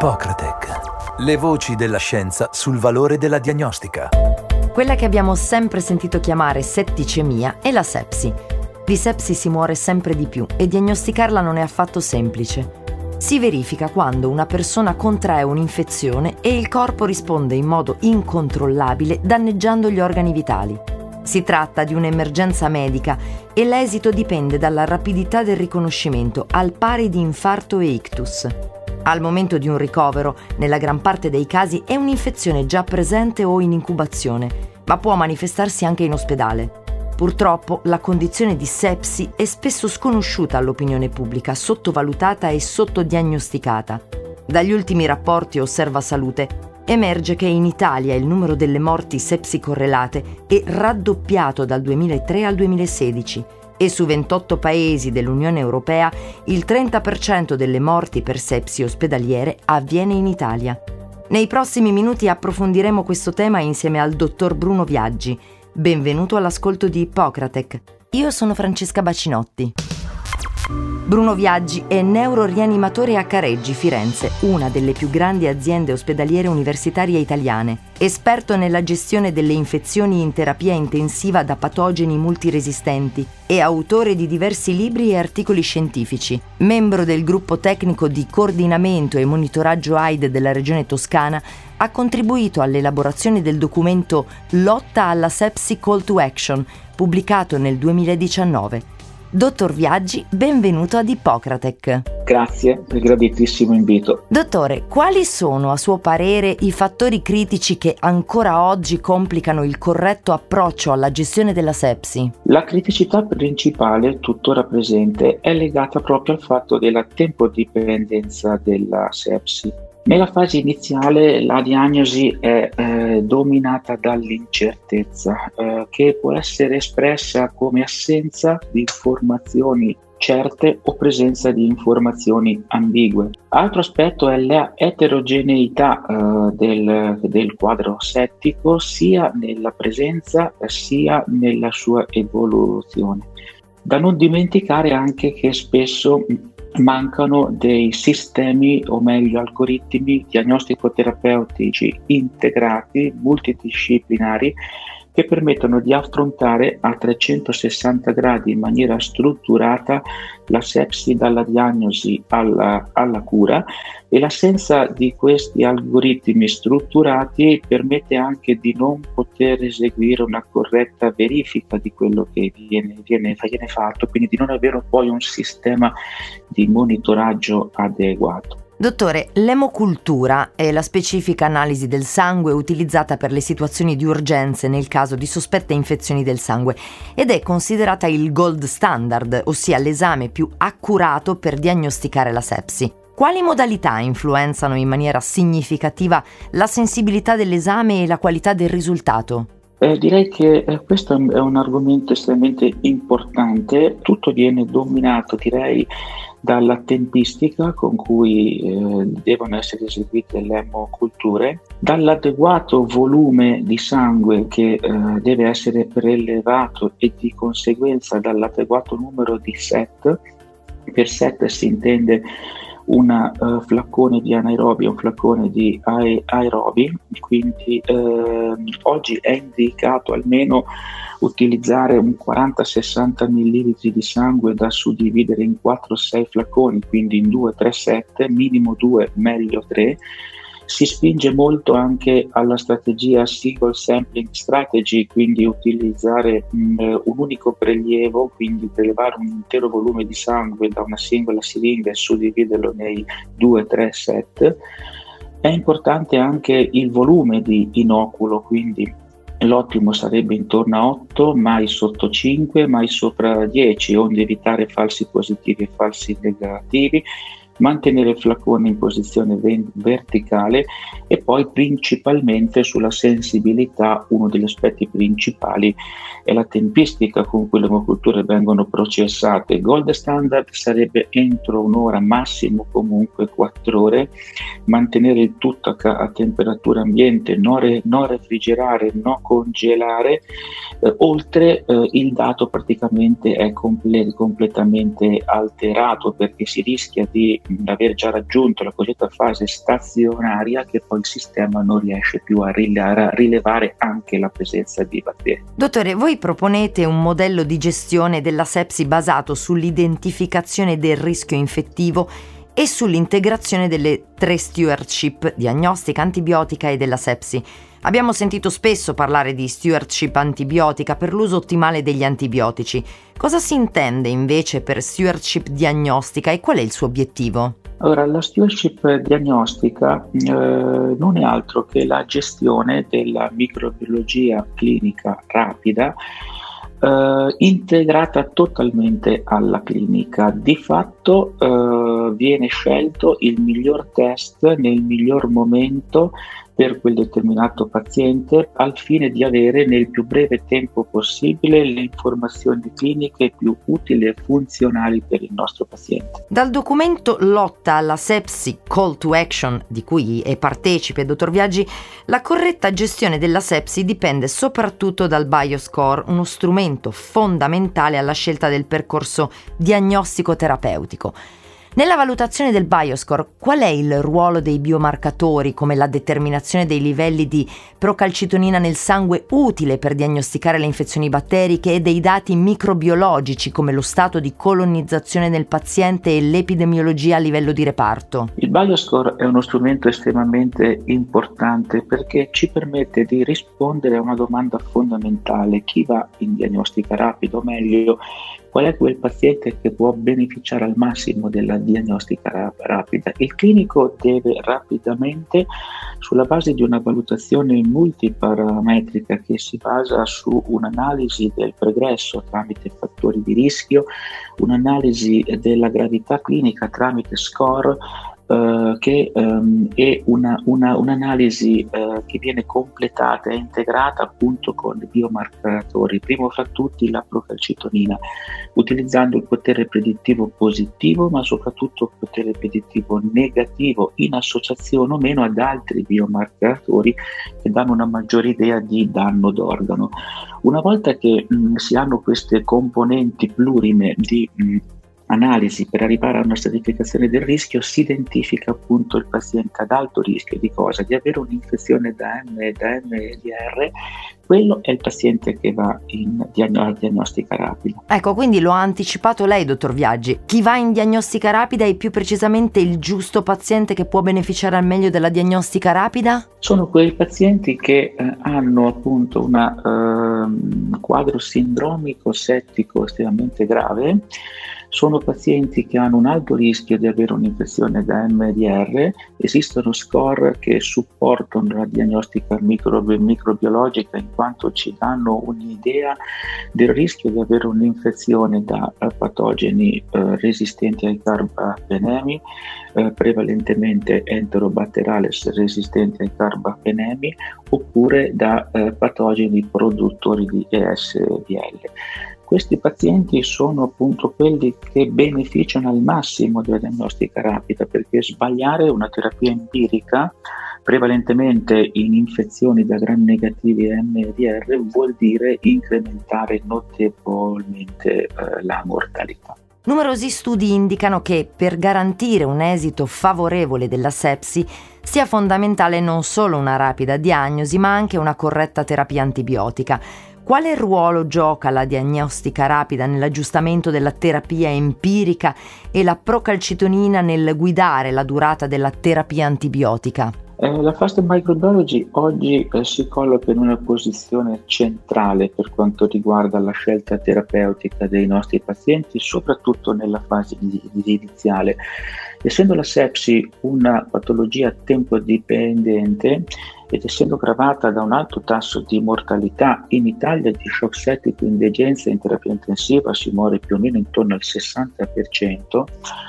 Ippocratec. Le voci della scienza sul valore della diagnostica. Quella che abbiamo sempre sentito chiamare setticemia è la sepsi. Di sepsi si muore sempre di più e diagnosticarla non è affatto semplice. Si verifica quando una persona contrae un'infezione e il corpo risponde in modo incontrollabile danneggiando gli organi vitali. Si tratta di un'emergenza medica e l'esito dipende dalla rapidità del riconoscimento, al pari di infarto e ictus. Al momento di un ricovero, nella gran parte dei casi è un'infezione già presente o in incubazione, ma può manifestarsi anche in ospedale. Purtroppo la condizione di sepsi è spesso sconosciuta all'opinione pubblica, sottovalutata e sottodiagnosticata. Dagli ultimi rapporti Osserva Salute emerge che in Italia il numero delle morti sepsi correlate è raddoppiato dal 2003 al 2016 e su 28 paesi dell'Unione Europea il 30% delle morti per sepsi ospedaliere avviene in Italia. Nei prossimi minuti approfondiremo questo tema insieme al dottor Bruno Viaggi. Benvenuto all'ascolto di Ippocratec. Io sono Francesca Bacinotti. Bruno Viaggi è neurorianimatore a Careggi, Firenze, una delle più grandi aziende ospedaliere universitarie italiane, esperto nella gestione delle infezioni in terapia intensiva da patogeni multiresistenti e autore di diversi libri e articoli scientifici, membro del gruppo tecnico di coordinamento e monitoraggio AIDS della regione Toscana. Ha contribuito all'elaborazione del documento Lotta alla sepsi Call to Action, pubblicato nel 2019. Dottor Viaggi, benvenuto ad Ippocratec. Grazie per il graditissimo invito. Dottore, quali sono a suo parere i fattori critici che ancora oggi complicano il corretto approccio alla gestione della sepsi? La criticità principale tuttora presente è legata proprio al fatto della tempodipendenza della sepsi. Nella fase iniziale la diagnosi è dominata dall'incertezza, che può essere espressa come assenza di informazioni certe o presenza di informazioni ambigue. Altro aspetto è la eterogeneità del quadro settico, sia nella presenza sia nella sua evoluzione. Da non dimenticare anche che spesso mancano dei sistemi, o meglio algoritmi diagnostico-terapeutici integrati, multidisciplinari, che permettono di affrontare a 360 gradi in maniera strutturata la sepsi dalla diagnosi alla cura, e l'assenza di questi algoritmi strutturati permette anche di non poter eseguire una corretta verifica di quello che viene fatto, quindi di non avere poi un sistema di monitoraggio adeguato. Dottore, l'emocultura è la specifica analisi del sangue utilizzata per le situazioni di urgenze nel caso di sospette infezioni del sangue ed è considerata il gold standard, ossia l'esame più accurato per diagnosticare la sepsi. Quali modalità influenzano in maniera significativa la sensibilità dell'esame e la qualità del risultato? Direi che questo è un argomento estremamente importante. Tutto viene dominato, direi, dalla tempistica con cui devono essere eseguite le emoculture, dall'adeguato volume di sangue che deve essere prelevato e di conseguenza dall'adeguato numero di set. Per set si intende un flaccone di anaerobi e un flaccone di aerobi, quindi oggi è indicato almeno utilizzare un 40-60 ml di sangue da suddividere in 4-6 flacconi, quindi in 2-3 set, minimo 2, meglio 3. Si spinge molto anche alla strategia single sampling strategy, quindi utilizzare un unico prelievo, quindi prelevare un intero volume di sangue da una singola siringa e suddividerlo nei 2-3 set. È importante anche il volume di inoculo, quindi l'ottimo sarebbe intorno a 8, mai sotto 5, mai sopra 10, onde evitare falsi positivi e falsi negativi. Mantenere il flacone in posizione verticale e poi principalmente sulla sensibilità. Uno degli aspetti principali è la tempistica con cui le emoculture vengono processate. Il gold standard sarebbe entro un'ora, massimo comunque 4 ore, mantenere il tutto a temperatura ambiente, non refrigerare, non congelare. Oltre il dato praticamente è completamente alterato, perché si rischia di aver già raggiunto la cosiddetta fase stazionaria, che poi il sistema non riesce più a rilevare anche la presenza di batteri. Dottore, voi proponete un modello di gestione della sepsi basato sull'identificazione del rischio infettivo e sull'integrazione delle 3 stewardship: diagnostica, antibiotica e della sepsi. Abbiamo sentito spesso parlare di stewardship antibiotica per l'uso ottimale degli antibiotici. Cosa si intende invece per stewardship diagnostica e qual è il suo obiettivo? Allora, la stewardship diagnostica non è altro che la gestione della microbiologia clinica rapida integrata totalmente alla clinica. Di fatto viene scelto il miglior test nel miglior momento per quel determinato paziente, al fine di avere nel più breve tempo possibile le informazioni cliniche più utili e funzionali per il nostro paziente. Dal documento Lotta alla sepsi Call to Action, di cui è partecipe dottor Viaggi, la corretta gestione della sepsi dipende soprattutto dal Bioscore, uno strumento fondamentale alla scelta del percorso diagnostico-terapeutico. Nella valutazione del Bioscore, qual è il ruolo dei biomarcatori, come la determinazione dei livelli di procalcitonina nel sangue utile per diagnosticare le infezioni batteriche, e dei dati microbiologici come lo stato di colonizzazione del paziente e l'epidemiologia a livello di reparto? Il Bioscore è uno strumento estremamente importante perché ci permette di rispondere a una domanda fondamentale: chi va in diagnostica rapida, o meglio, qual è quel paziente che può beneficiare al massimo della diagnostica rapida. Il clinico deve rapidamente, sulla base di una valutazione multiparametrica che si basa su un'analisi del pregresso tramite fattori di rischio, un'analisi della gravità clinica tramite score, che è un'analisi che viene completata e integrata appunto con i biomarcatori, primo fra tutti la procalcitonina, utilizzando il potere predittivo positivo ma soprattutto il potere predittivo negativo in associazione o meno ad altri biomarcatori che danno una maggiore idea di danno d'organo. Una volta che si hanno queste componenti plurime di analisi per arrivare a una stratificazione del rischio, si identifica appunto il paziente ad alto rischio di cosa? Di avere un'infezione da MDR. Quello è il paziente che va in diagnostica rapida. Ecco, quindi lo ha anticipato lei, dottor Viaggi. Chi va in diagnostica rapida è più precisamente il giusto paziente che può beneficiare al meglio della diagnostica rapida? Sono quei pazienti che hanno appunto un quadro sindromico settico estremamente grave. Sono pazienti che hanno un alto rischio di avere un'infezione da MDR. Esistono score che supportano la diagnostica microbiologica in quanto ci danno un'idea del rischio di avere un'infezione da patogeni resistenti ai carbapenemi, prevalentemente Enterobatterales resistenti ai carbapenemi, oppure da patogeni produttori di ESBL. Questi pazienti sono appunto quelli che beneficiano al massimo della diagnostica rapida, perché sbagliare una terapia empirica prevalentemente in infezioni da gram negativi MDR vuol dire incrementare notevolmente la mortalità. Numerosi studi indicano che per garantire un esito favorevole della sepsi sia fondamentale non solo una rapida diagnosi, ma anche una corretta terapia antibiotica. Quale ruolo gioca la diagnostica rapida nell'aggiustamento della terapia empirica e la procalcitonina nel guidare la durata della terapia antibiotica? La Fast Microbiology oggi si colloca in una posizione centrale per quanto riguarda la scelta terapeutica dei nostri pazienti, soprattutto nella fase iniziale. Essendo la sepsi una patologia tempo-dipendente ed essendo gravata da un alto tasso di mortalità, in Italia di shock settico in degenza in terapia intensiva si muore più o meno intorno al 60%,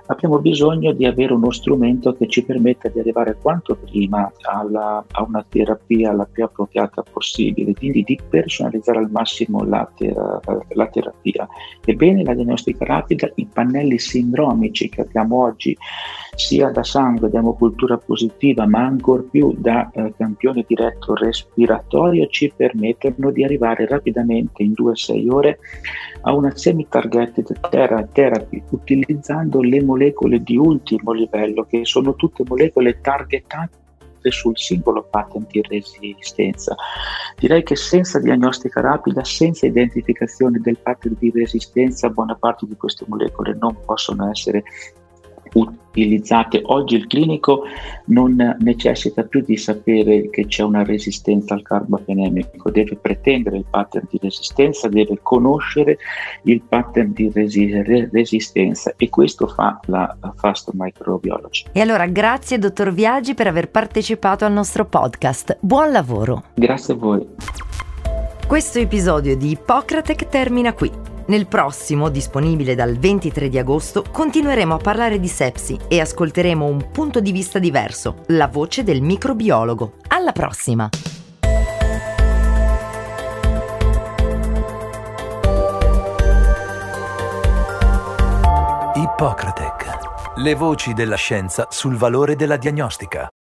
abbiamo bisogno di avere uno strumento che ci permetta di arrivare quanto prima a una terapia la più appropriata possibile, quindi di personalizzare al massimo la terapia. Ebbene, la diagnostica rapida, i pannelli sindromici che abbiamo oggi, sia da sangue, da emocultura positiva, ma ancor più da campione diretto respiratorio, ci permettono di arrivare rapidamente in 2-6 ore a una semi-targeted therapy, utilizzando le molecole di ultimo livello, che sono tutte molecole targetate sul singolo pattern di resistenza. Direi che senza diagnostica rapida, senza identificazione del pattern di resistenza, buona parte di queste molecole non possono essere utilizzate. Oggi il clinico non necessita più di sapere che c'è una resistenza al carboprenemico, deve pretendere il pattern di resistenza, deve conoscere il pattern di resistenza, e questo fa la Fast Microbiology. E allora grazie dottor Viaggi per aver partecipato al nostro podcast. Buon lavoro. Grazie a voi. Questo episodio di Hippocratech termina qui. Nel prossimo, disponibile dal 23 di agosto, continueremo a parlare di sepsi e ascolteremo un punto di vista diverso, la voce del microbiologo. Alla prossima! Hippocratech. Le voci della scienza sul valore della diagnostica.